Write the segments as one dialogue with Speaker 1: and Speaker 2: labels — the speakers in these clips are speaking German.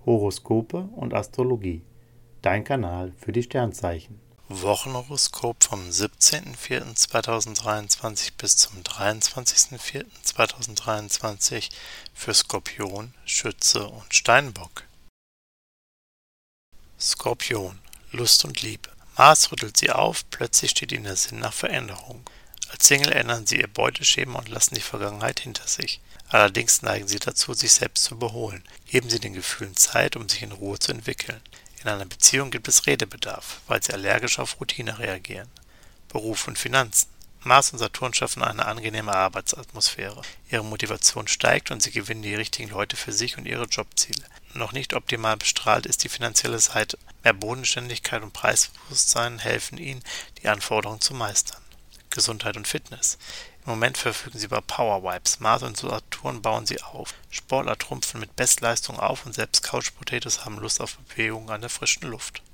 Speaker 1: Horoskope und Astrologie. Dein Kanal für die Sternzeichen.
Speaker 2: Wochenhoroskop vom 17.04.2023 bis zum 23.04.2023 für Skorpion, Schütze und Steinbock. Skorpion, Lust und Liebe. Mars rüttelt sie auf, plötzlich steht ihnen der Sinn nach Veränderung. Als Single ändern sie ihr Beuteschema und lassen die Vergangenheit hinter sich. Allerdings neigen sie dazu, sich selbst zu überholen. Geben sie den Gefühlen Zeit, um sich in Ruhe zu entwickeln. In einer Beziehung gibt es Redebedarf, weil sie allergisch auf Routine reagieren. Beruf und Finanzen. Mars und Saturn schaffen eine angenehme Arbeitsatmosphäre. Ihre Motivation steigt und sie gewinnen die richtigen Leute für sich und ihre Jobziele. Noch nicht optimal bestrahlt ist die finanzielle Seite. Mehr Bodenständigkeit und Preisbewusstsein helfen ihnen, die Anforderungen zu meistern. Gesundheit und Fitness. Im Moment verfügen sie über Power-Vibes. Mars und Saturn bauen sie auf. Sportler trumpfen mit Bestleistung auf und selbst Couch-Potatoes haben Lust auf Bewegung an der frischen Luft.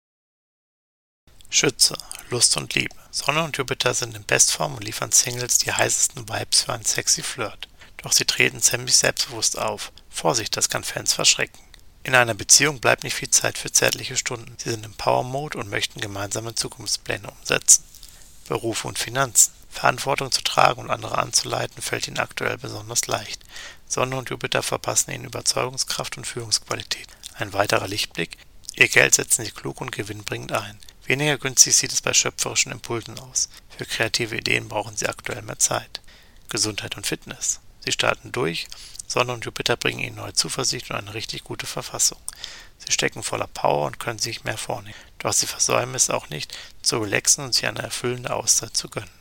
Speaker 2: Schütze, Lust und Liebe. Sonne und Jupiter sind in Bestform und liefern Singles die heißesten Vibes für einen sexy Flirt. Doch sie treten ziemlich selbstbewusst auf. Vorsicht, das kann Fans verschrecken. In einer Beziehung bleibt nicht viel Zeit für zärtliche Stunden. Sie sind im Power-Mode und möchten gemeinsame Zukunftspläne umsetzen. Beruf und Finanzen. Verantwortung zu tragen und andere anzuleiten fällt ihnen aktuell besonders leicht. Sonne und Jupiter verpassen ihnen Überzeugungskraft und Führungsqualität. Ein weiterer Lichtblick: Ihr Geld setzen sie klug und gewinnbringend ein. Weniger günstig sieht es bei schöpferischen Impulsen aus. Für kreative Ideen brauchen sie aktuell mehr Zeit. Gesundheit und Fitness. Sie starten durch. Sonne und Jupiter bringen ihnen neue Zuversicht und eine richtig gute Verfassung. Sie stecken voller Power und können sich mehr vornehmen. Doch sie versäumen es auch nicht, zu relaxen und sich eine erfüllende Auszeit zu gönnen.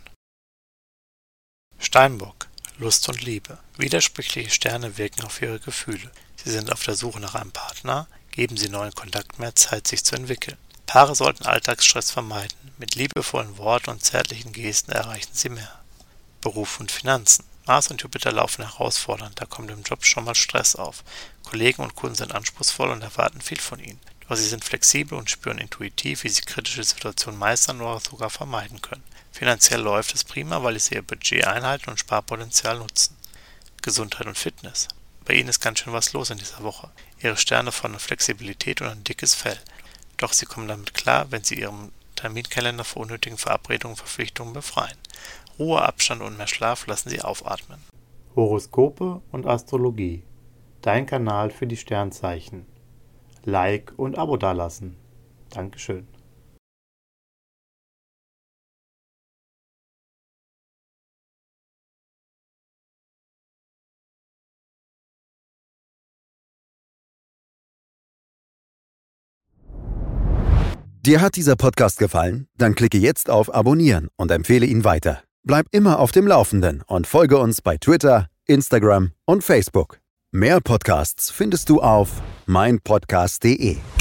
Speaker 2: Steinbock, Lust und Liebe. Widersprüchliche Sterne wirken auf ihre Gefühle. Sie sind auf der Suche nach einem Partner, geben sie neuen Kontakt mehr Zeit, sich zu entwickeln. Paare sollten Alltagsstress vermeiden. Mit liebevollen Worten und zärtlichen Gesten erreichen sie mehr. Beruf und Finanzen. Mars und Jupiter laufen herausfordernd, da kommt im Job schon mal Stress auf. Kollegen und Kunden sind anspruchsvoll und erwarten viel von ihnen. Doch sie sind flexibel und spüren intuitiv, wie sie kritische Situationen meistern oder sogar vermeiden können. Finanziell läuft es prima, weil sie ihr Budget einhalten und Sparpotenzial nutzen. Gesundheit und Fitness. Bei ihnen ist ganz schön was los in dieser Woche. Ihre Sterne fordern Flexibilität und ein dickes Fell. Doch sie kommen damit klar, wenn sie ihrem Terminkalender vor unnötigen Verabredungen und Verpflichtungen befreien. Ruhe, Abstand und mehr Schlaf lassen sie aufatmen.
Speaker 1: Horoskope und Astrologie. Dein Kanal für die Sternzeichen. Like und Abo dalassen. Dankeschön.
Speaker 3: Dir hat dieser Podcast gefallen? Dann klicke jetzt auf Abonnieren und empfehle ihn weiter. Bleib immer auf dem Laufenden und folge uns bei Twitter, Instagram und Facebook. Mehr Podcasts findest du auf meinpodcast.de.